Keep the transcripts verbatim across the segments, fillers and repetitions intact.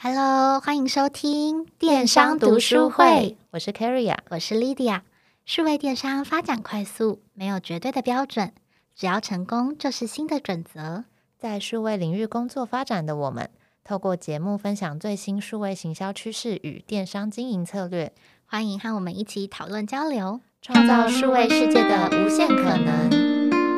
Hello，欢迎收听电商读书会， 我是 Carrie， 我是 Lydia。数位电商发展快速，没有绝对的标准，只要成功就是新的准则。 在数位领域工作发展的我们，透过节目分享最新数位行销趋势与电商经营策略， 欢迎和我们一起讨论交流， 创造数位世界的无限可能。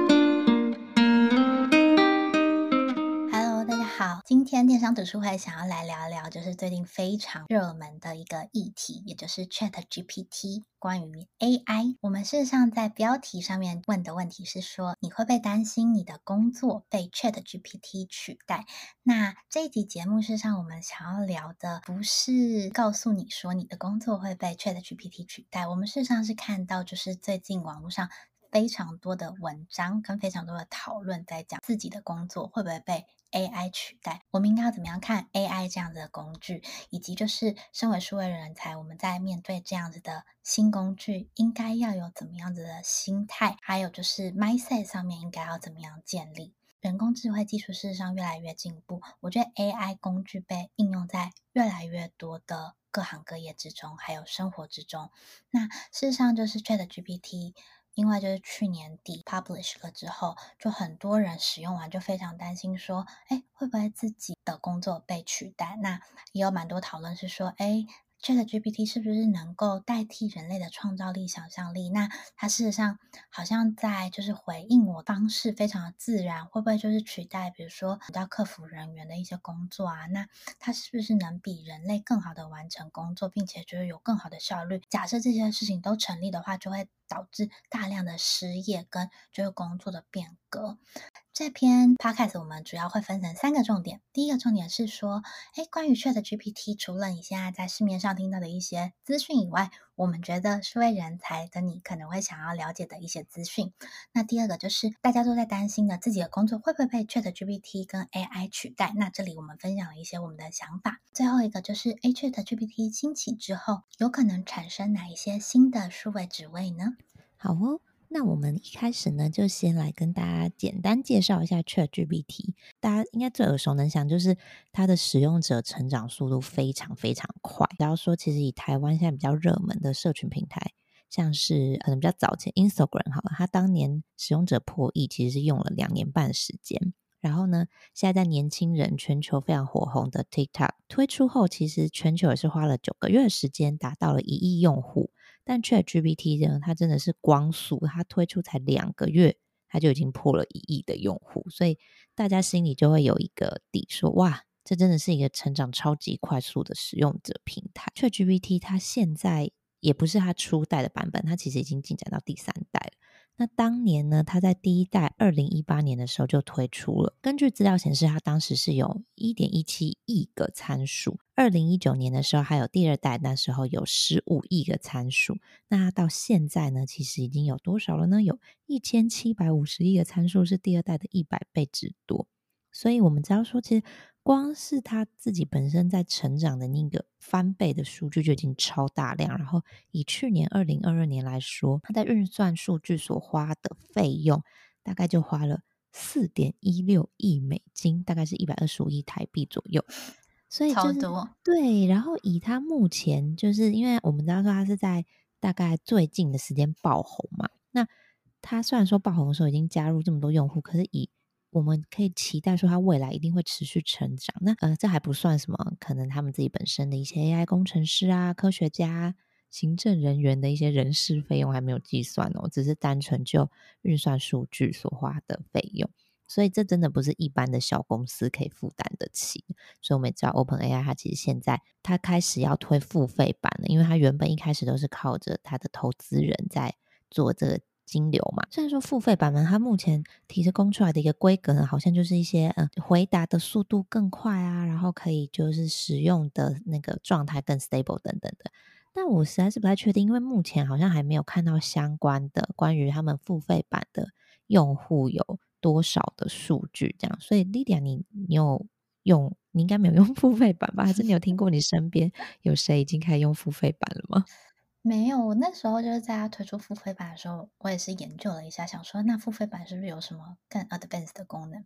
好，今天电商读书会想要来聊聊，就是最近非常热门的一个议题，也就是 ChatGPT 关于 A I。我们事实上在标题上面问的问题是说，你会不会担心你的工作被 ChatGPT 取代？那这一集节目事实上我们想要聊的不是告诉你说你的工作会被 ChatGPT 取代，我们事实上是看到就是最近网络上非常多的文章跟非常多的讨论在讲自己的工作会不会被 A I 取代，我们应该要怎么样看 A I 这样子的工具，以及就是身为数位人才，我们在面对这样子的新工具应该要有怎么样子的心态，还有就是 mindset 上面应该要怎么样建立。人工智慧技术事实上越来越进步，我觉得 A I 工具被应用在越来越多的各行各业之中，还有生活之中。那事实上就是 ChatGPT因为就是去年底 publish 了之后，就很多人使用完就非常担心说，哎，会不会自己的工作被取代？那也有蛮多讨论是说，哎，ChatGPT 是不是能够代替人类的创造力、想象力？那它事实上好像在就是回应我方式非常的自然，会不会就是取代比如说比较客服人员的一些工作啊？那它是不是能比人类更好的完成工作，并且就是有更好的效率？假设这些事情都成立的话，就会导致大量的失业跟就是工作的变革。这篇 podcast 我们主要会分成三个重点。第一个重点是说，诶，关于 ChatGPT 除了你现在在市面上听到的一些资讯以外，我们觉得数位人才的你可能会想要了解的一些资讯。那第二个就是大家都在担心的自己的工作会不会被 ChatGPT 跟 A I 取代，那这里我们分享了一些我们的想法。最后一个就是 ChatGPT 兴起之后，有可能产生哪一些新的数位职位呢？ 好哦，那我们一开始呢，就先来跟大家简单介绍一下 ChatGPT。大家应该最耳熟能详，就是它的使用者成长速度非常非常快。然后说，其实以台湾现在比较热门的社群平台，像是可能比较早前 Instagram 好了，它当年使用者破亿，其实是用了两年半的时间。然后呢，现在在年轻人全球非常火红的 TikTok 推出后，其实全球也是花了九个月的时间，达到了一亿用户。但 ChatGPT 呢，它真的是光速，它推出才两个月，它就已经破了一亿的用户，所以大家心里就会有一个底说，哇，这真的是一个成长超级快速的使用者平台。ChatGPT 它现在也不是它初代的版本，它其实已经进展到第三代了。那当年呢，它在第一代二零一八年的时候就推出了。根据资料显示，它当时是有 一点一七亿个参数。二零一九年的时候还有第二代，那时候有十五亿个参数。那它到现在呢，其实已经有多少了呢？有一千七百五十亿个参数，是第二代的一百倍之多。所以我们知道说，其实光是它自己本身在成长的那个翻倍的数据就已经超大量，然后以去年二零二二年来说，它在运算数据所花的费用大概就花了 四点一六亿美金，大概是一百二十五亿台币左右。所以就是超多， 对，然后以它目前就是因为我们知道说它是在大概最近的时间爆红嘛，那它虽然说爆红的时候已经加入这么多用户，可是以我们可以期待说它未来一定会持续成长。那呃，这还不算什么，可能他们自己本身的一些 A I 工程师啊、科学家、行政人员的一些人事费用还没有计算哦，只是单纯就运算数据所花的费用。所以这真的不是一般的小公司可以负担得起。所以我们也知道 OpenAI 它其实现在它开始要推付费版了，因为它原本一开始都是靠着它的投资人在做这个金流嘛。虽然说付费版本它目前提供出来的一个规格呢，好像就是一些呃回答的速度更快啊，然后可以就是使用的那个状态更 stable 等等的。但我实在是不太确定，因为目前好像还没有看到相关的关于他们付费版的用户有多少的数据这样。所以 Lydia 你你有用，你应该没有用付费版吧？还是你有听过你身边有谁已经开始用付费版了吗？ 没有，我那时候就是在他推出付费版的时候，我也是研究了一下，想说那付费版是不是有什么更 advanced 的功能？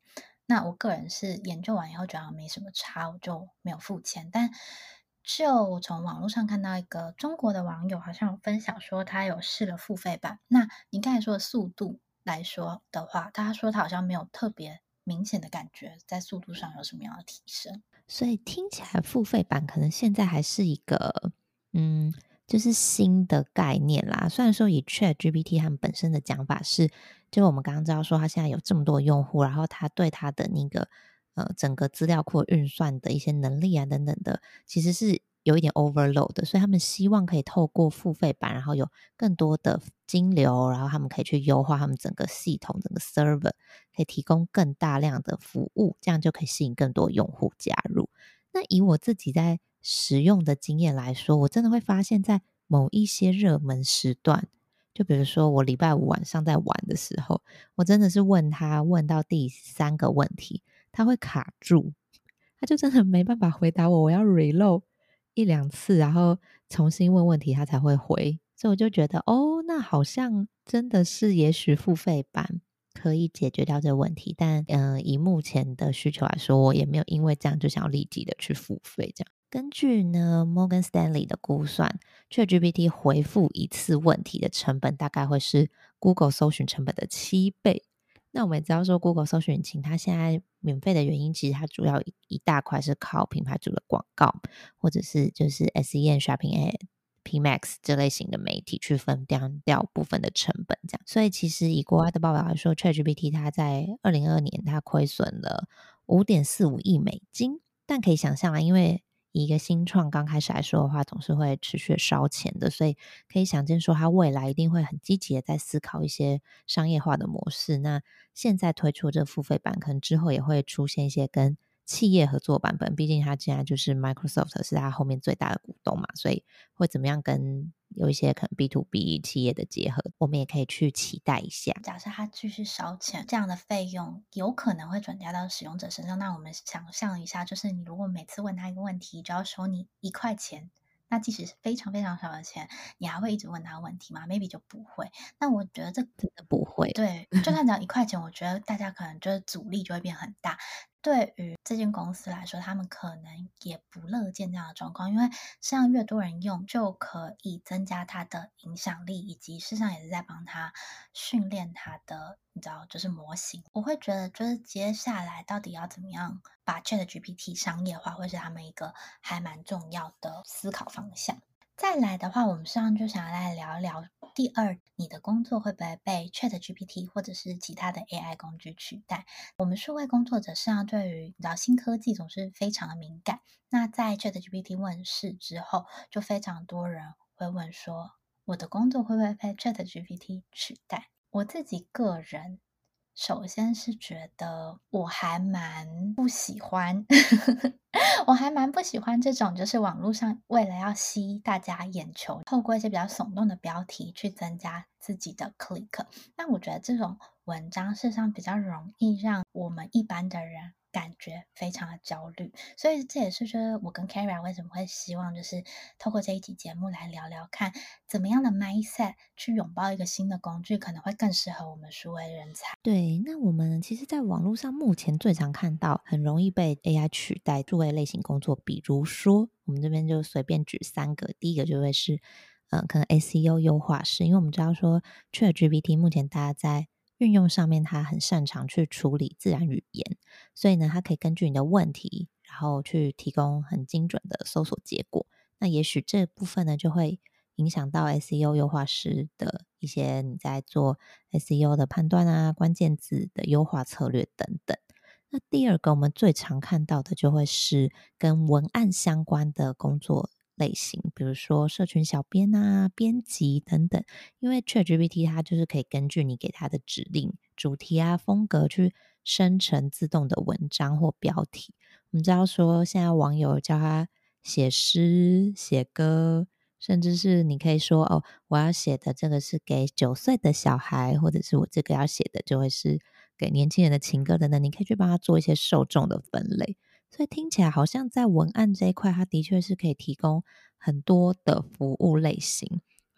那我个人是研究完以后觉得没什么差，我就没有付钱。但就我从网络上看到一个中国的网友好像有分享说，他有试了付费版。那你刚才说的速度来说的话，他说他好像没有特别明显的感觉在速度上有什么样的提升。 所以听起来付费版可能现在还是一个嗯，就是新的概念啦。虽然说以 ChatGPT 他们本身的讲法是，就我们刚刚知道说他现在有这么多用户，然后他对他的那个呃整个资料库运算的一些能力啊等等的，其实是有一点 overload 的，所以他们希望可以透过付费版，然后有更多的金流，然后他们可以去优化他们整个系统、整个 server，可以提供更大量的服务，这样就可以吸引更多用户加入。那以我自己在使用的经验来说，我真的会发现在某一些热门时段，就比如说我礼拜五晚上在玩的时候，我真的是问他问到第三个问题，他会卡住，他就真的没办法回答我，我要 reload 一两次，然后重新问问题他才会回。所以我就觉得哦，那好像真的是也许付费版可以解决掉这个问题，但嗯、呃，以目前的需求来说，我也没有因为这样就想要立即的去付费这样。根据呢 Morgan Stanley 的估算， ChatGPT 回复一次问题的成本大概会是 Google 搜寻成本的七倍。那我们也知道说 Google 搜寻引擎它现在免费的原因，其实它主要一大块是靠品牌主的广告，或者是就是 S E M Shopping Ad、P Max 这类型的媒体去分掉掉部分的成本这样。所以其实以国外的报道来说， ChatGPT 它在二零二二年它亏损了 五点四五亿美金。但可以想象啊，因为以一个新创刚开始来说的话，总是会持续烧钱的，所以可以想见说它未来一定会很积极的在思考一些商业化的模式。那现在推出这个付费版，可能之后也会出现一些跟企业合作版本，毕竟它现在就是 Microsoft 是它后面最大的股东嘛，所以会怎么样跟有一些可能 B to B 企业的结合，我们也可以去期待一下。 假设它继续烧钱，这样的费用有可能会转嫁到使用者身上。那我们想象一下，就是你如果每次问他一个问题，就要收你一块钱，那即使是非常非常少的钱，你还会一直问他问题吗？ Maybe 就不会。那我觉得这真的不会。 对，就算只要一块钱，我觉得大家可能就是阻力就会变很大。对于这间公司来说，他们可能也不乐见这样的状况，因为实际上越多人用，就可以增加它的影响力，以及事实上也是在帮他训练他的，你知道，就是模型。我会觉得，就是接下来到底要怎么样把 ChatGPT 商业化，会是他们一个还蛮重要的思考方向。再来的话，我们上就想要来聊一聊第二，你的工作会不会被 ChatGPT 或者是其他的 A I 工具取代？我们数位工作者实际上对于你知道新科技总是非常的敏感。那在 ChatGPT 问世之后，就非常多人会问说，我的工作会不会被 ChatGPT 取代？我自己个人首先是觉得我还蛮不喜欢我还蛮不喜欢这种就是网络上为了要吸大家眼球，透过一些比较耸动的标题去增加自己的 click。那我觉得这种文章事实上比较容易让我们一般的人感觉非常的焦虑，所以这也是就是我跟 Kara 为什么会希望就是透过这一集节目来聊聊看，怎么样的 mindset 去拥抱一个新的工具，可能会更适合我们数位人才。 对，那我们其实在网络上目前最常看到很容易被 A I 取代数位类型工作，比如说我们这边就随便举三个，第一个就会是呃，可能 S E O 优化师，因为我们知道说 ChatGPT 目前大家在运用上面，它很擅长去处理自然语言，所以呢，它可以根据你的问题，然后去提供很精准的搜索结果。那也许这部分呢，就会影响到 S E O 优化师的一些你在做 S E O 的判断啊、关键字的优化策略等等。那第二个我们最常看到的就会是跟文案相关的工作类型，比如说社群小编啊、编辑等等。因为 ChatGPT 它就是可以根据你给它的指令、主题啊、风格去生成自动的文章或标题。我们知道说现在网友叫它写诗、写歌，甚至是你可以说哦，我要写的这个是给九岁的小孩，或者是我这个要写的就会是给年轻人的情歌等等，你可以去帮他做一些受众的分类。所以听起来好像在文案这一块，它的确是可以提供很多的服务类型，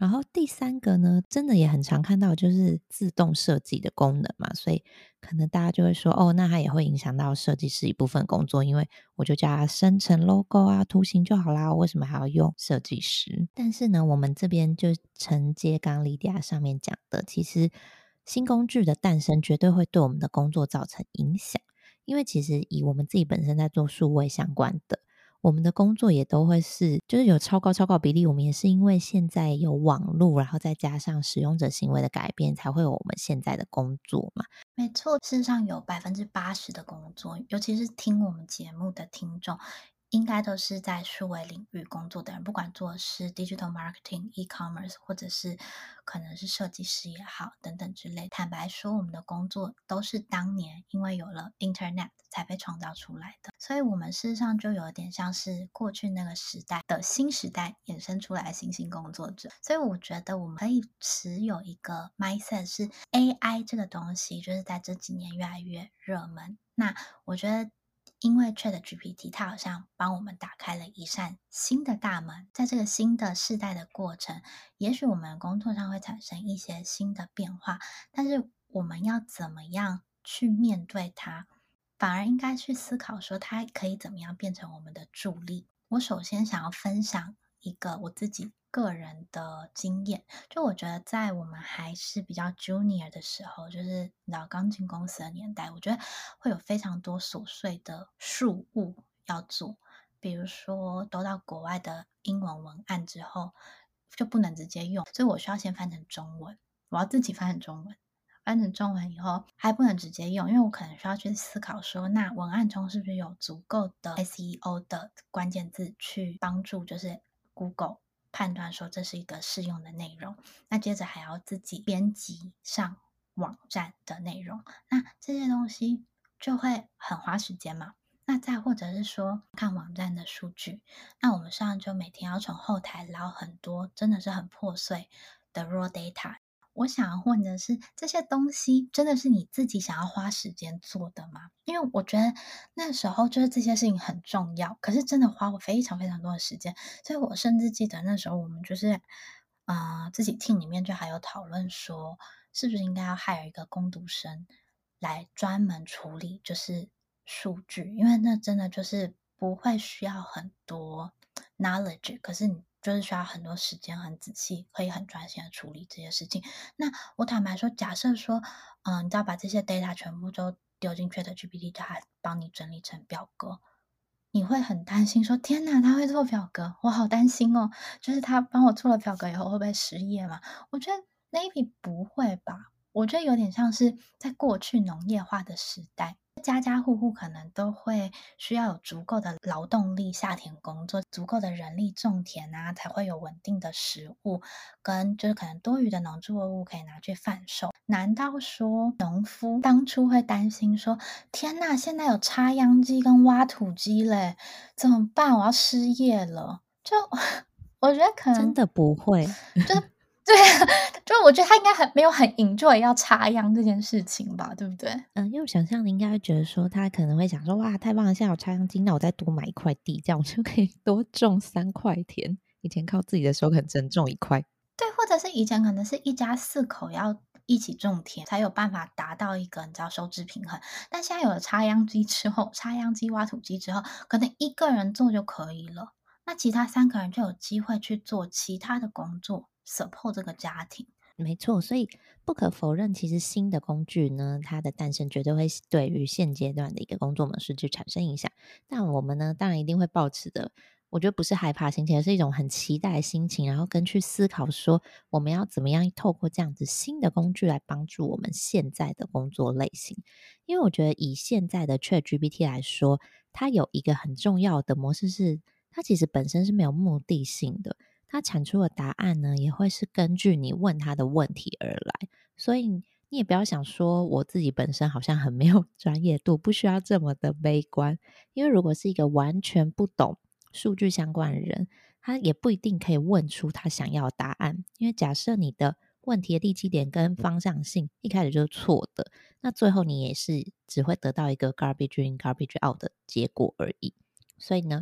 然后第三个呢，真的也很常看到就是自动设计的功能嘛，所以可能大家就会说，哦，那它也会影响到设计师一部分工作，因为我就叫它生成 logo 啊、图形就好啦，我为什么还要用设计师？但是呢，我们这边就承接刚刚莉迪亚上面讲的，其实新工具的诞生绝对会对我们的工作造成影响，因为其实以我们自己本身在做数位相关的，我们的工作也都会是就是有超高超高比例，我们也是因为现在有网络，然后再加上使用者行为的改变，才会有我们现在的工作嘛。 没错，事实上有百分之八十的工作，尤其是听我们节目的听众，应该都是在数位领域工作的人，不管做的是 digital marketing、e-commerce，或者是可能是设计师也好，等等之类。坦白说，我们的工作都是当年因为有了 internet 才被创造出来的，所以我们事实上就有点像是过去那个时代的新时代衍生出来的新兴工作者。所以我觉得我们可以持有一个 mindset 是 A I 这个东西就是在这几年越来越热门。那我觉得因为 ChatGPT 它好像帮我们打开了一扇新的大门，在这个新的世代的过程，也许我们工作上会产生一些新的变化，但是我们要怎么样去面对它，反而应该去思考说它可以怎么样变成我们的助力。我首先想要分享一个我自己个人的经验，就我觉得在我们还是比较 junior 的时候，就是你知道刚进公司的年代，我觉得会有非常多琐碎的事务要做，比如说都到国外的英文文案之后就不能直接用，所以我需要先翻成中文，我要自己翻成中文。翻成中文以后还不能直接用，因为我可能需要去思考说，那文案中是不是有足够的 S E O 的关键字去帮助就是 Google 判断说这是一个适用的内容，那接着还要自己编辑上网站的内容，那这些东西就会很花时间嘛。那再或者是说看网站的数据，那我们上就每天要从后台捞很多真的是很破碎的 raw data。我想要问的是，这些东西真的是你自己想要花时间做的吗？因为我觉得那时候就是这些事情很重要，可是真的花我非常非常多的时间，所以我甚至记得那时候我们就是，呃，自己 team 里面就还有讨论说，是不是应该要 hire 一个工读生来专门处理就是数据，因为那真的就是不会需要很多 knowledge，可是你就是需要很多时间，很仔细，可以很专心的处理这些事情。那我坦白说，假设说，嗯、你只要把这些 data 全部都丢进 ChatGPT，它帮你整理成表格，你会很担心说，天哪，他会做表格，我好担心哦。就是他帮我做了表格以后会不会失业嘛？我觉得 maybe 不会吧。我觉得有点像是在过去农业化的时代，家家户户可能都会需要有足够的劳动力下田工作，足够的人力种田啊，才会有稳定的食物，跟就是可能多余的农作物可以拿去贩售。难道说农夫当初会担心说，天呐，现在有插秧机跟挖土机嘞，怎么办？我要失业了。就我觉得可能真的不会。 就是对啊，就我觉得他应该很没有很 enjoy 要插秧这件事情吧，对不对？ 嗯，因为我想象你应该会觉得说，他可能会想说，哇，太棒了，现在有插秧机，那我再多买一块地，这样我就可以多种三块田。以前靠自己的时候可能只能种一块。 对，或者是以前可能是一家四口要一起种田，才有办法达到一个你知道收支平衡。但现在有了插秧机之后，插秧机、挖土机之后，可能一个人做就可以了，那其他三个人就有机会去做其他的工作，support 这个家庭。 没错，所以不可否认，其实新的工具呢，它的诞生绝对会对于现阶段的一个工作模式去产生影响。但我们呢，当然一定会抱持的，我觉得不是害怕心情，而是一种很期待的心情，然后跟去思考说，我们要怎么样透过这样子新的工具来帮助我们现在的工作类型。因为我觉得以现在的 ChatGPT 来说，它有一个很重要的模式是，它其实本身是没有目的性的。它产出的答案呢，也会是根据你问他的问题而来，所以你也不要想说我自己本身好像很没有专业度，不需要这么的悲观，因为如果是一个完全不懂数据相关的人，他也不一定可以问出他想要的答案，因为假设你的问题的立基点跟方向性一开始就是错的，那最后你也是只会得到一个 garbage in garbage out 的结果而已。所以呢，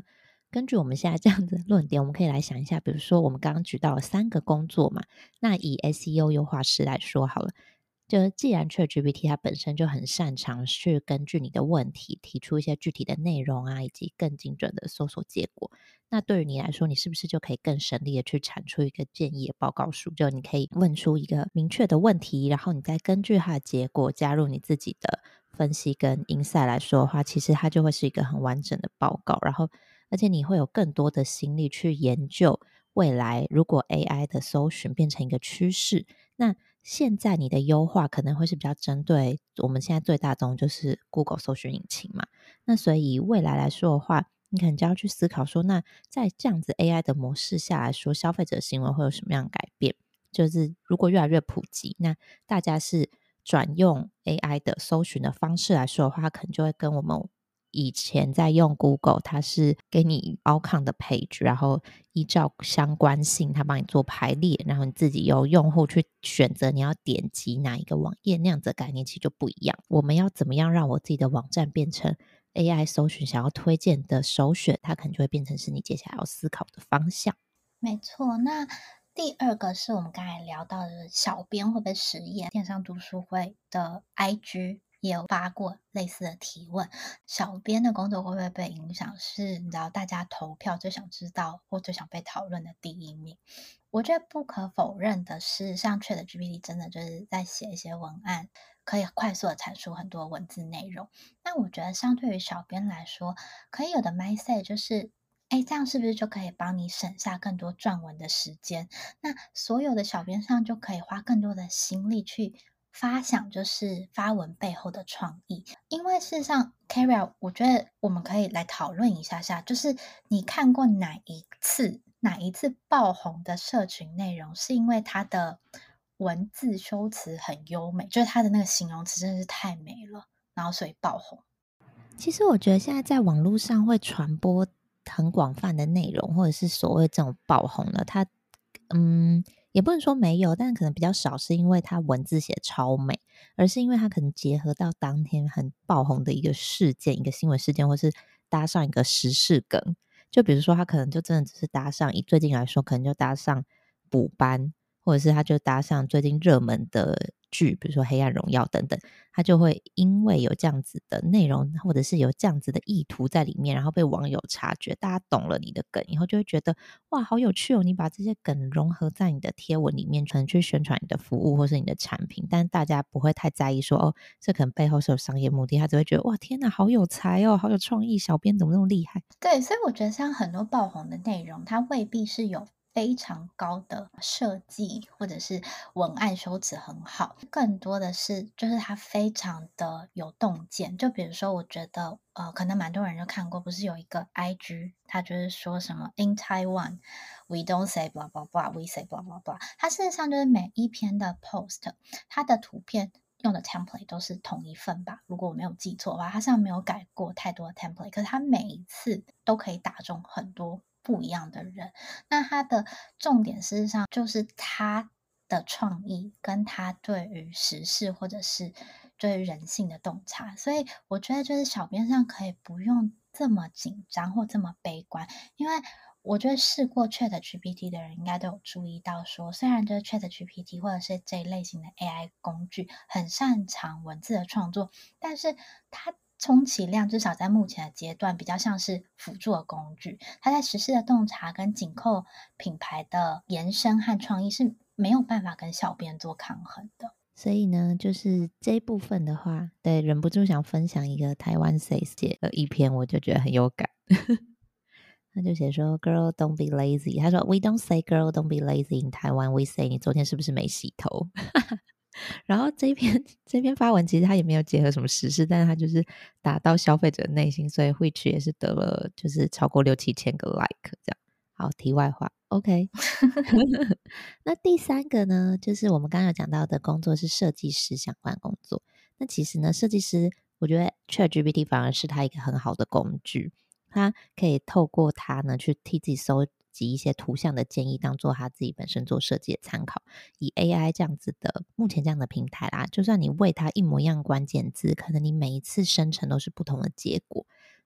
根据我们现在这样的论点，我们可以来想一下，比如说我们刚刚举到了三个工作嘛，那以 S E O 优化师来说好了，就既然 ChatGPT 它本身就很擅长去根据你的问题提出一些具体的内容啊，以及更精准的搜索结果，那对于你来说，你是不是就可以更省力的去产出一个建议的报告书？就你可以问出一个明确的问题，然后你再根据它的结果加入你自己的分析跟 insight 来说的话，其实它就会是一个很完整的报告，然后而且你会有更多的心力去研究未来如果 A I 的搜寻变成一个趋势，那现在你的优化可能会是比较针对我们现在最大宗就是 Google 搜寻引擎嘛，那所以未来来说的话，你可能就要去思考说，那在这样子 A I 的模式下来说，消费者行为会有什么样的改变？就是如果越来越普及，那大家是转用 A I 的搜寻的方式来说的话，它可能就会跟我们以前在用 Google， 它是给你 outcome 的 page， 然后依照相关性它帮你做排列，然后你自己由用户去选择你要点击哪一个网页，那样子的概念其实就不一样。我们要怎么样让我自己的网站变成 A I 搜寻想要推荐的首选，它可能就会变成是你接下来要思考的方向。 没错，那第二个是我们刚才聊到的小编会不会失业？电商读书会的 I G 也有发过类似的提问，小编的工作会不会被影响？是你知道大家投票最想知道或最想被讨论的第一名。我觉得不可否认的是，像 ChatGPT 真的就是在写一些文案，可以快速的阐述很多文字内容。那我觉得相对于小编来说，可以有的 mindset 就是哎，这样是不是就可以帮你省下更多撰文的时间？那所有的小编上就可以花更多的心力去发想，就是发文背后的创意。因为事实上 Carrie， 我觉得我们可以来讨论一下下，就是你看过哪一次哪一次爆红的社群内容，是因为它的文字修辞很优美，就是它的那个形容词真的是太美了，然后所以爆红。 其实我觉得现在在网络上会传播很广泛的内容，或者是所谓这种爆红的，它嗯也不能说没有，但可能比较少，是因为它文字写超美，而是因为它可能结合到当天很爆红的一个事件、一个新闻事件，或是搭上一个时事梗。就比如说，它可能就真的只是搭上，以最近来说，可能就搭上补班，或者是它就搭上最近热门的剧，比如说《黑暗荣耀》等等。它就会因为有这样子的内容，或者是有这样子的意图在里面，然后被网友察觉，大家懂了你的梗以后，就会觉得哇，好有趣哦！你把这些梗融合在你的贴文里面，可能去宣传你的服务或是你的产品，但大家不会太在意说哦，这可能背后是有商业目的，他只会觉得哇，天哪，好有才哦，好有创意，小编怎么那么厉害？ 对，所以我觉得像很多爆红的内容，它未必是有非常高的设计，或者是文案修辞很好，更多的是就是它非常的有洞见。就比如说，我觉得呃，可能蛮多人就看过，不是有一个 I G，它就是说什么 In Taiwan we don't say blah blah blah, we say blah blah blah。它事实上就是每一篇的 post，它的图片用的 template 都是同一份吧，如果我没有记错的话，它上没有改过太多的 template， 可是它每一次都可以打中很多不一样的人。那它的重点事实上就是它的创意跟它对于时事或者是对于人性的洞察，所以我觉得就是小编上可以不用这么紧张或这么悲观，因为我觉得试过 ChatGPT 的人应该都有注意到说，虽然就是 ChatGPT 或者是这一类型的 A I 工具很擅长文字的创作，但是它充其量至少在目前的阶段比较像是辅助的工具，它在时事的洞察跟紧扣品牌的延伸和创意是没有办法跟小编做抗衡的。 所以呢，就是这一部分的话，对，忍不住想分享一个台湾 Says 写的一篇，我就觉得很有感。他就写说 "Girl, don't be lazy." 他说 "We don't say girl, don't be lazy in Taiwan. We say 你昨天是不是没洗头？"然后这篇这篇发文其实他也没有结合什么时事，但是他就是打到消费者内心，所以 which 也是得了就是超过六七千个 like 这样。好，题外话 ，OK 。那第三个呢，就是我们刚刚有讲到的工作是设计师相关工作。那其实呢，设计师我觉得 ChatGPT 反而是它一个很好的工具，它可以透过它呢去替自己收集一些图像的建议，当做他自己本身做设计的参考。以 A I 这样子的目前这样的平台啦，就算你喂它一模一样关键字，可能你每一次生成都是不同的结果。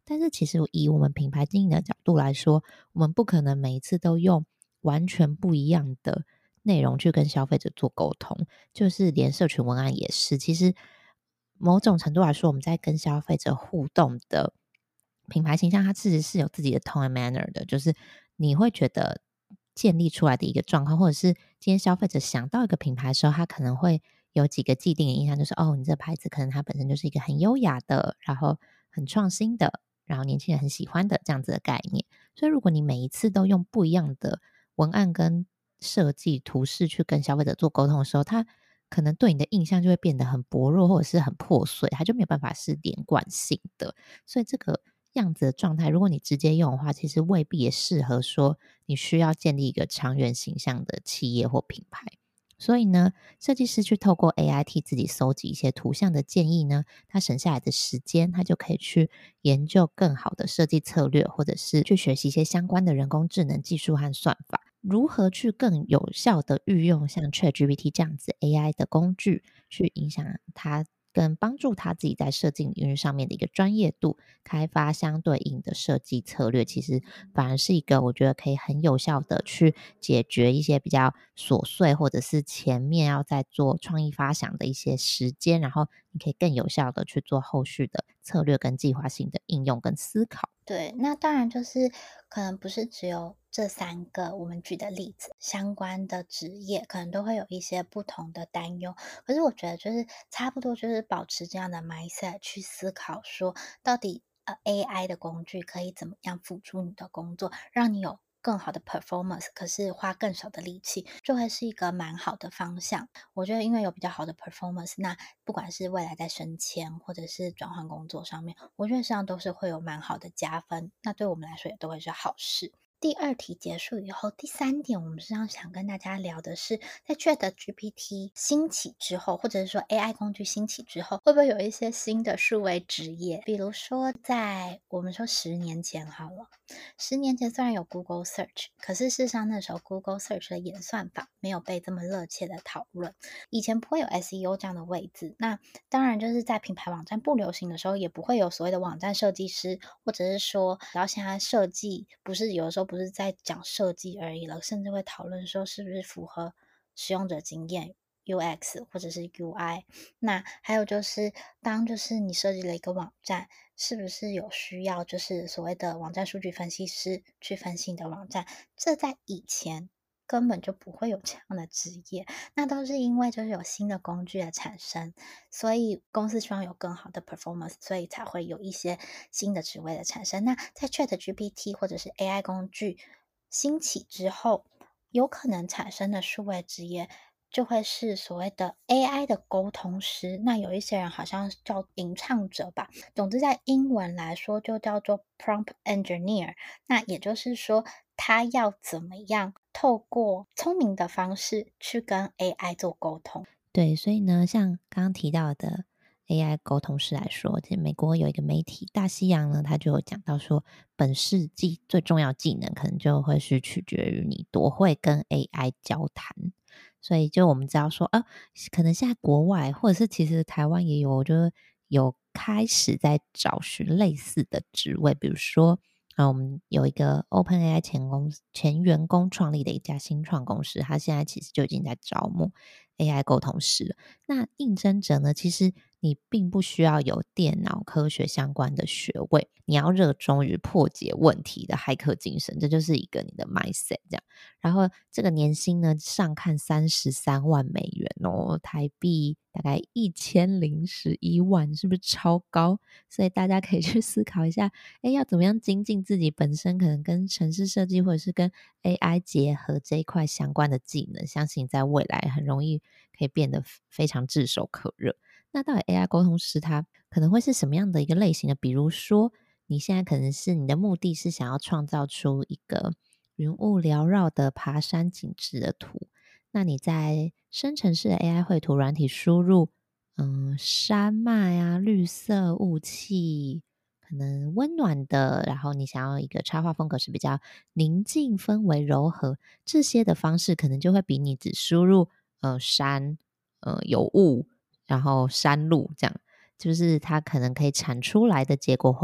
但是其实以我们品牌经营的角度来说，我们不可能每一次都用完全不一样的内容去跟消费者做沟通，就是连社群文案也是。其实某种程度来说，我们在跟消费者互动的品牌形象，它其实是有自己的 tone and manner 的，就是你会觉得建立出来的一个状况，或者是今天消费者想到一个品牌的时候，他可能会有几个既定的印象，就是哦，你这牌子可能它本身就是一个很优雅的，然后很创新的，然后年轻人很喜欢的这样子的概念。所以如果你每一次都用不一样的文案跟设计图示去跟消费者做沟通的时候，他可能对你的印象就会变得很薄弱或者是很破碎，他就没有办法是连贯性的。所以这个样子的状态，如果你直接用的话，其实未必也适合说你需要建立一个长远形象的企业或品牌。所以呢，设计师去透过 A I 替自己搜集一些图像的建议呢，他省下来的时间，他就可以去研究更好的设计策略，或者是去学习一些相关的人工智能技术和算法，如何去更有效的运用像 ChatGPT 这样子 A I 的工具，去影响他跟帮助他自己在设计领域上面的一个专业度，开发相对应的设计策略，其实反而是一个我觉得可以很有效的去解决一些比较琐碎或者是前面要在做创意发想的一些时间，然后你可以更有效的去做后续的策略跟计划性的应用跟思考。 对，那当然就是可能不是只有这三个我们举的例子，相关的职业可能都会有一些不同的担忧。可是我觉得就是差不多就是保持这样的 mindset 去思考说，到底呃 A I 的工具可以怎么样辅助你的工作，让你有更好的 performance，可是花更少的力气，就会是一个蛮好的方向。我觉得因为有比较好的 performance，那不管是未来在升迁或者是转换工作上面，我觉得这样都是会有蛮好的加分，那对我们来说也都会是好事。第二题结束以后，第三点我们实际上想跟大家聊的是，在 ChatGPT 兴起之后，或者是说 A I 工具兴起之后，会不会有一些新的数位职业？比如说，在我们说十年前好了，十年前虽然有 Google Search，可是事实上那时候 Google Search 的演算法没有被这么热切的讨论。以前不会有 S E O 这样的位置，那当然就是在品牌网站不流行的时候，也不会有所谓的网站设计师，或者是说，然后现在设计不是有的时候不是在讲设计而已了，甚至会讨论说是不是符合使用者经验。U X 或者是 U I， 那还有就是当就是你设计了一个网站，是不是有需要就是所谓的网站数据分析师去分析你的网站？这在以前根本就不会有这样的职业，那都是因为就是有新的工具的产生，所以公司希望有更好的 performance， 所以才会有一些新的职位的产生。那在 ChatGPT 或者是 A I 工具兴起之后，有可能产生的数位职业就会是所谓的 A I 的沟通师，那有一些人好像叫吟唱者吧，总之在英文来说就叫做 prompt engineer，那也就是说他要怎么样透过聪明的方式去跟 A I 做沟通。 对，所以呢，像刚刚提到的 A I 沟通师来说，其实美国有一个媒体大西洋呢，他就有讲到说，本世纪最重要技能可能就会是取决于你多会跟 A I 交谈。所以就我们知道说，啊，可能现在国外或者是其实台湾也有，就是有开始在找寻类似的职位，比如说啊，我们有一个 OpenAI 前公司前员工创立的一家新创公司，他现在其实就已经在招募 A I 沟通师了。那应征者呢，其实你并不需要有电脑科学相关的学位，你要热衷于破解问题的骇客精神，这就是一个你的 mindset 这样。然后这个年薪呢，上看三十三万美元哦，台币大概一千零十一万，是不是超高？所以大家可以去思考一下，诶，要怎么样精进自己本身可能跟程式设计或者是跟 A I 结合这一块相关的技能，相信在未来很容易可以变得非常炙手可热。那到底 A I 沟通师他可能会是什么样的一个类型呢？比如说你现在可能是你的目的是想要创造出一个云雾缭绕的爬山景致的图，那你在生成式的 A I 绘图软体输入嗯，山脉啊，绿色雾气，可能温暖的，然后你想要一个插画风格是比较宁静、氛围柔和，这些的方式可能就会比你只输入呃山、呃有雾，然后山路这样，就是它可能可以产出来的结果会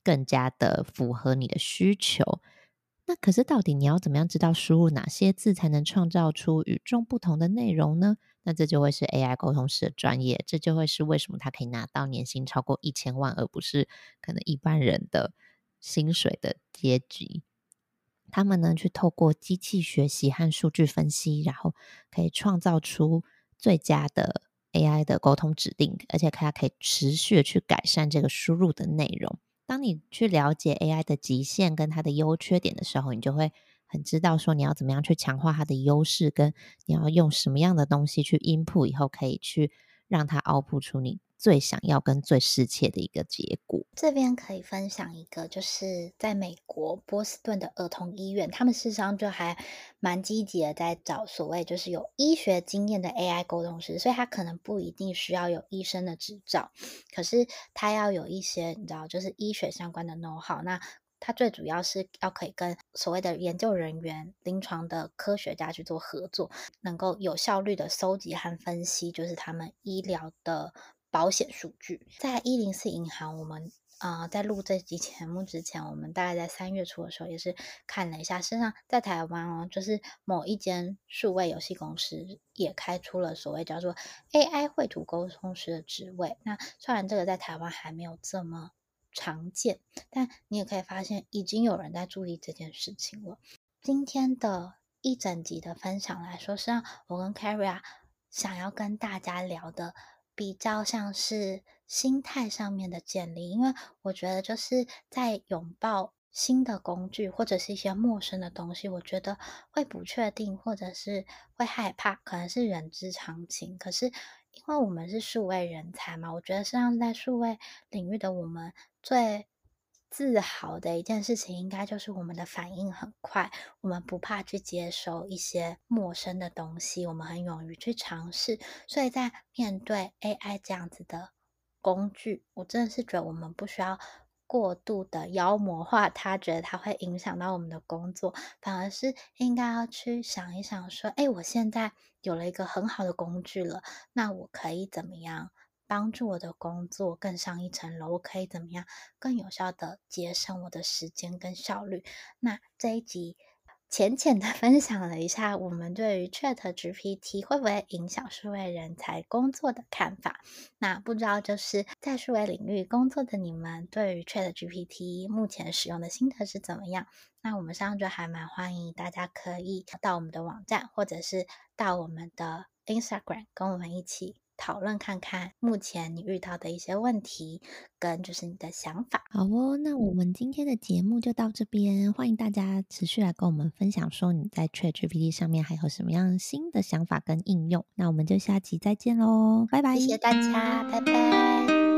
更加的符合你的需求。那可是到底你要怎么样知道输入哪些字才能创造出与众不同的内容呢？那这就会是 A I 沟通师的专业，这就会是为什么他可以拿到年薪超过一千万，而不是可能一般人的薪水的阶级。他们呢，去透过机器学习和数据分析，然后可以创造出最佳的 A I 的沟通指令，而且它可以持续的去改善这个输入的内容。当你去了解 A I 的极限跟它的优缺点的时候，你就会很知道说你要怎么样去强化它的优势，跟你要用什么样的东西去 input 以后可以去让它 output 出你最想要跟最适切的一个结果。 这边可以分享一个，就是在美国波士顿的儿童医院，他们事实上就还蛮积极的在找所谓就是有医学经验的 A I 沟通师，所以他可能不一定需要有医生的执照，可是他要有一些你知道就是医学相关的 know how， 那它最主要是要可以跟所谓的研究人员、临床的科学家去做合作，能够有效率的搜集和分析，就是他们医疗的保险数据。在一零四银行，我们呃，在录这集节目之前，我们大概在三月初的时候也是看了一下，事实上在台湾哦，就是某一间数位游戏公司也开出了所谓叫做 A I 绘图沟通师的职位。那虽然这个在台湾还没有这么常见，但你也可以发现已经有人在注意这件事情了。今天的一整集的分享来说，实际上我跟 Carrie 想要跟大家聊的比较像是心态上面的建立，因为我觉得就是在拥抱新的工具或者是一些陌生的东西，我觉得会不确定或者是会害怕，可能是人之常情。可是因为我们是数位人才嘛，我觉得实际上在数位领域的我们最自豪的一件事情，应该就是我们的反应很快，我们不怕去接受一些陌生的东西，我们很勇于去尝试。所以在面对 A I 这样子的工具，我真的是觉得我们不需要过度的妖魔化它，觉得它会影响到我们的工作，反而是应该要去想一想说，哎，我现在有了一个很好的工具了，那我可以怎么样帮助我的工作更上一层楼？我可以怎么样更有效的节省我的时间跟效率？那这一集浅浅的分享了一下我们对于 ChatGPT 会不会影响数位人才工作的看法。那不知道就是在数位领域工作的你们，对于 ChatGPT 目前使用的心得是怎么样？那我们上就还蛮欢迎大家可以到我们的网站，或者是到我们的 Instagram 跟我们一起讨论看看目前你遇到的一些问题跟就是你的想法。 好哦，那我们今天的节目就到这边，欢迎大家持续来跟我们分享说你在 ChatGPT 上面还有什么样新的想法跟应用。那我们就下期再见喽，拜拜。 谢谢大家，拜拜。